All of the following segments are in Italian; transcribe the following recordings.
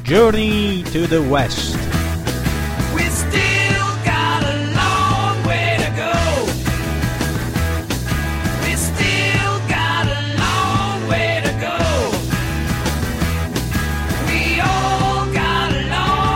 Journey to the West. We still got a long way to go. We still got a long way to go. We all got a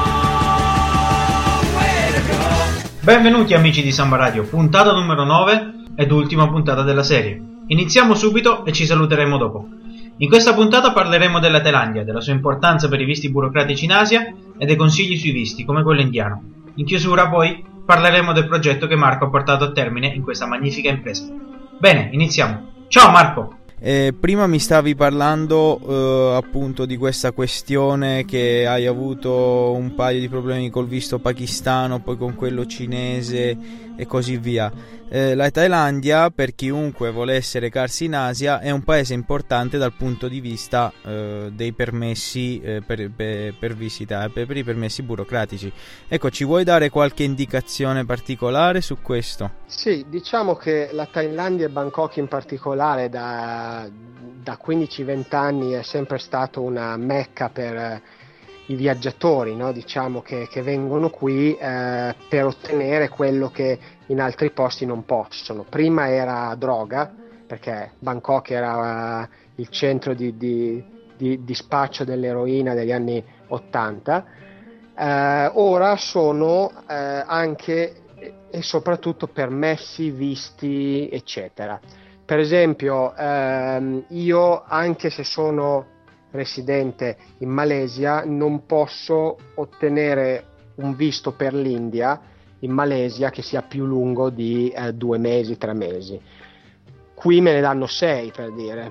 long way to go. Benvenuti amici di Samba Radio, puntata numero 9 ed ultima puntata della serie. Iniziamo subito e ci saluteremo dopo. In questa puntata parleremo della Thailandia, della sua importanza per i visti burocratici in Asia e dei consigli sui visti, come quello indiano. In chiusura poi parleremo del progetto che Marco ha portato a termine in questa magnifica impresa. Bene, iniziamo. Ciao Marco! Prima mi stavi parlando appunto di questa questione che hai avuto un paio di problemi col visto pakistano, poi con quello cinese e così via. La Thailandia, per chiunque volesse recarsi in Asia, è un paese importante dal punto di vista dei permessi per visita, per i permessi burocratici. Ecco, ci vuoi dare qualche indicazione particolare su questo? Sì, diciamo che la Thailandia e Bangkok in particolare da 15-20 anni è sempre stato una mecca per i viaggiatori, no? Diciamo che vengono qui per ottenere quello che in altri posti non possono. Prima era droga, perché Bangkok era il centro di spaccio dell'eroina degli anni 80, ora sono anche e soprattutto permessi, visti, eccetera. Per esempio, io, anche se sono residente in Malesia, non posso ottenere un visto per l'India in Malesia che sia più lungo di 2 mesi, 3 mesi. Qui me ne danno 6, per dire.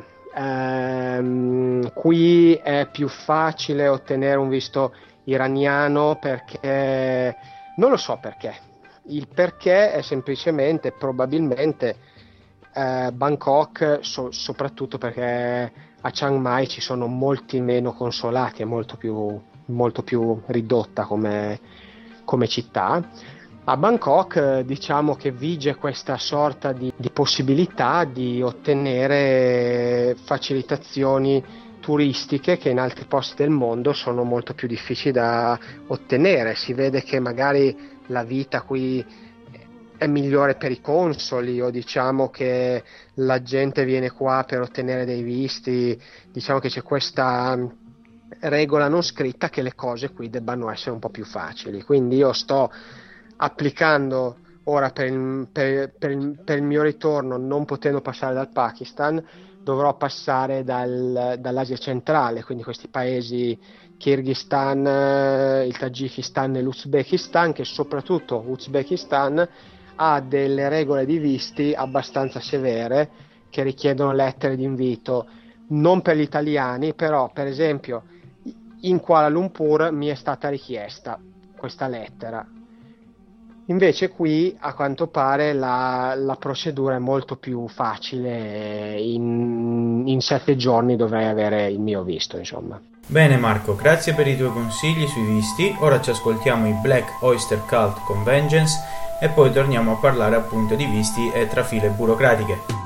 Qui è più facile ottenere un visto iraniano perché non lo so perché. Il perché è semplicemente, probabilmente, Bangkok, soprattutto perché a Chiang Mai ci sono molti meno consolati, è molto più ridotta come città. A Bangkok diciamo che vige questa sorta di possibilità di ottenere facilitazioni turistiche che in altri posti del mondo sono molto più difficili da ottenere. Si vede che magari la vita qui è migliore per i consoli, o diciamo che la gente viene qua per ottenere dei visti. Diciamo che c'è questa regola non scritta che le cose qui debbano essere un po' più facili. Quindi io sto applicando ora per il mio ritorno, non potendo passare dal Pakistan, dovrò passare dall'Asia centrale, quindi questi paesi Kirghizistan, il Tagikistan e l'Uzbekistan, che soprattutto Uzbekistan ha delle regole di visti abbastanza severe che richiedono lettere di invito, non per gli italiani, però per esempio in Kuala Lumpur mi è stata richiesta questa lettera. Invece qui a quanto pare la procedura è molto più facile, in 7 giorni dovrei avere il mio visto, insomma. Bene Marco, grazie per i tuoi consigli sui visti. Ora ci ascoltiamo i Black Oyster Cult con Vengeance e poi torniamo a parlare appunto di visti e trafile burocratiche.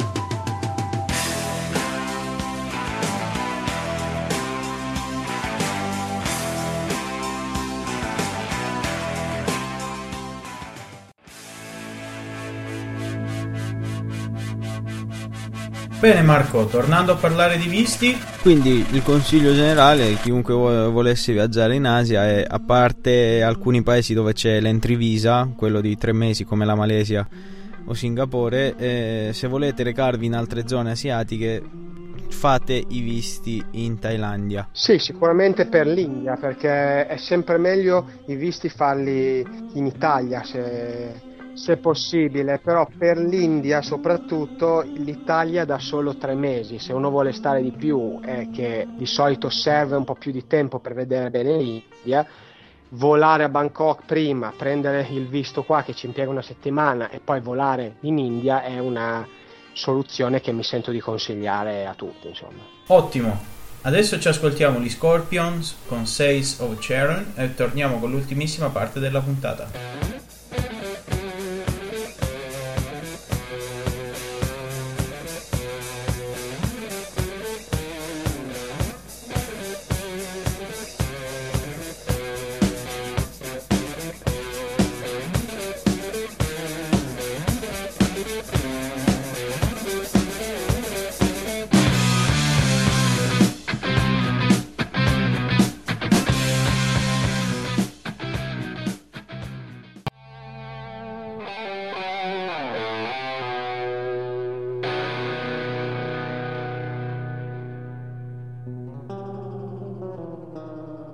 Bene Marco, tornando a parlare di visti. Quindi il consiglio generale, chiunque volesse viaggiare in Asia, è, a parte alcuni paesi dove c'è l'entry visa, quello di 3 mesi come la Malesia o Singapore, se volete recarvi in altre zone asiatiche fate i visti in Thailandia. Sì, sicuramente per l'India, perché è sempre meglio i visti farli in Italia se possibile, però per l'India soprattutto l'Italia dà solo 3 mesi. Se uno vuole stare di più, che di solito serve un po' più di tempo per vedere bene l'India, volare a Bangkok prima, prendere il visto qua che ci impiega una settimana e poi volare in India è una soluzione che mi sento di consigliare a tutti, insomma. Ottimo, adesso ci ascoltiamo gli Scorpions con Sails of Charon e torniamo con l'ultimissima parte della puntata.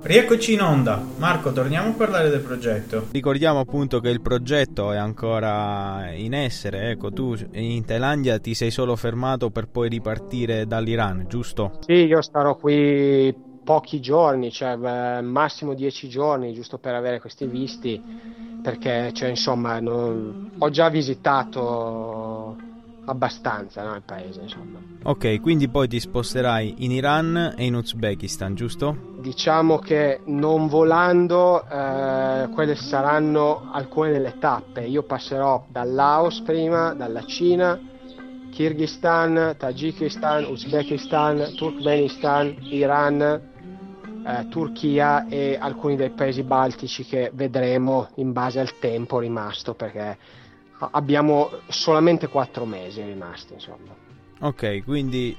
Rieccoci in onda. Marco, torniamo a parlare del progetto. Ricordiamo appunto che il progetto è ancora in essere. Ecco, tu in Thailandia ti sei solo fermato per poi ripartire dall'Iran, giusto? Sì, io starò qui pochi giorni, cioè massimo 10 giorni, giusto per avere questi visti, perché cioè, insomma ho già visitato abbastanza, no, il paese, insomma. Ok, quindi poi ti sposterai in Iran e in Uzbekistan, giusto? Diciamo che non volando, quelle saranno alcune delle tappe. Io passerò dal Laos prima, dalla Cina, Kirghizistan, Tagikistan, Uzbekistan, Turkmenistan, Iran, Turchia e alcuni dei paesi baltici che vedremo in base al tempo rimasto, perché abbiamo solamente 4 mesi rimasti, insomma. Ok, quindi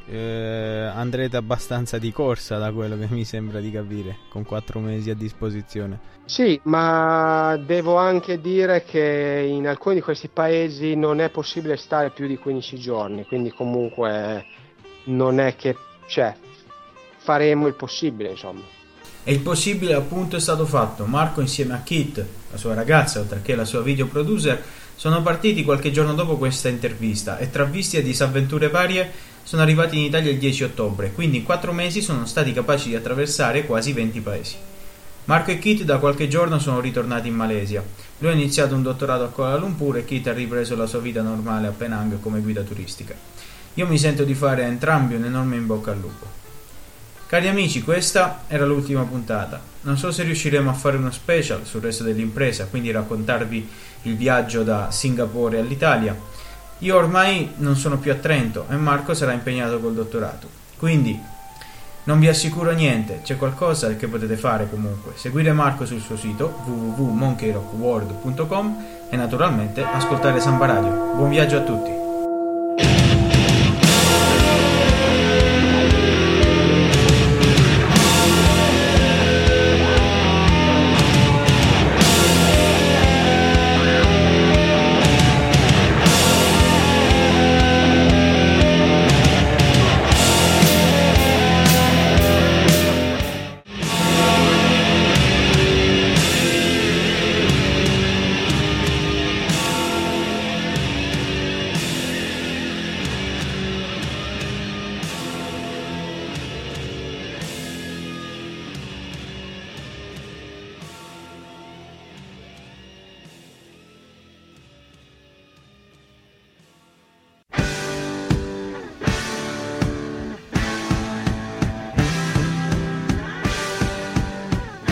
andrete abbastanza di corsa da quello che mi sembra di capire, con 4 mesi a disposizione. Sì, ma devo anche dire che in alcuni di questi paesi non è possibile stare più di 15 giorni, quindi comunque non è che, cioè, faremo il possibile, insomma. E il possibile appunto è stato fatto. Marco insieme a Kit, la sua ragazza, oltre che la sua video producer, sono partiti qualche giorno dopo questa intervista e tra visti e disavventure varie sono arrivati in Italia il 10 ottobre, quindi in 4 mesi sono stati capaci di attraversare quasi 20 paesi. Marco e Kit da qualche giorno sono ritornati in Malesia. Lui ha iniziato un dottorato a Kuala Lumpur e Kit ha ripreso la sua vita normale a Penang come guida turistica. Io mi sento di fare a entrambi un enorme in bocca al lupo. Cari amici, questa era l'ultima puntata. Non so se riusciremo a fare uno special sul resto dell'impresa, quindi raccontarvi il viaggio da Singapore all'Italia. Io ormai non sono più a Trento e Marco sarà impegnato col dottorato. Quindi non vi assicuro niente, c'è qualcosa che potete fare comunque. Seguire Marco sul suo sito www.monkeyrockworld.com e naturalmente ascoltare Samba Radio. Buon viaggio a tutti!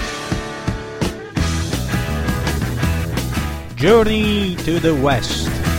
Journey to the West.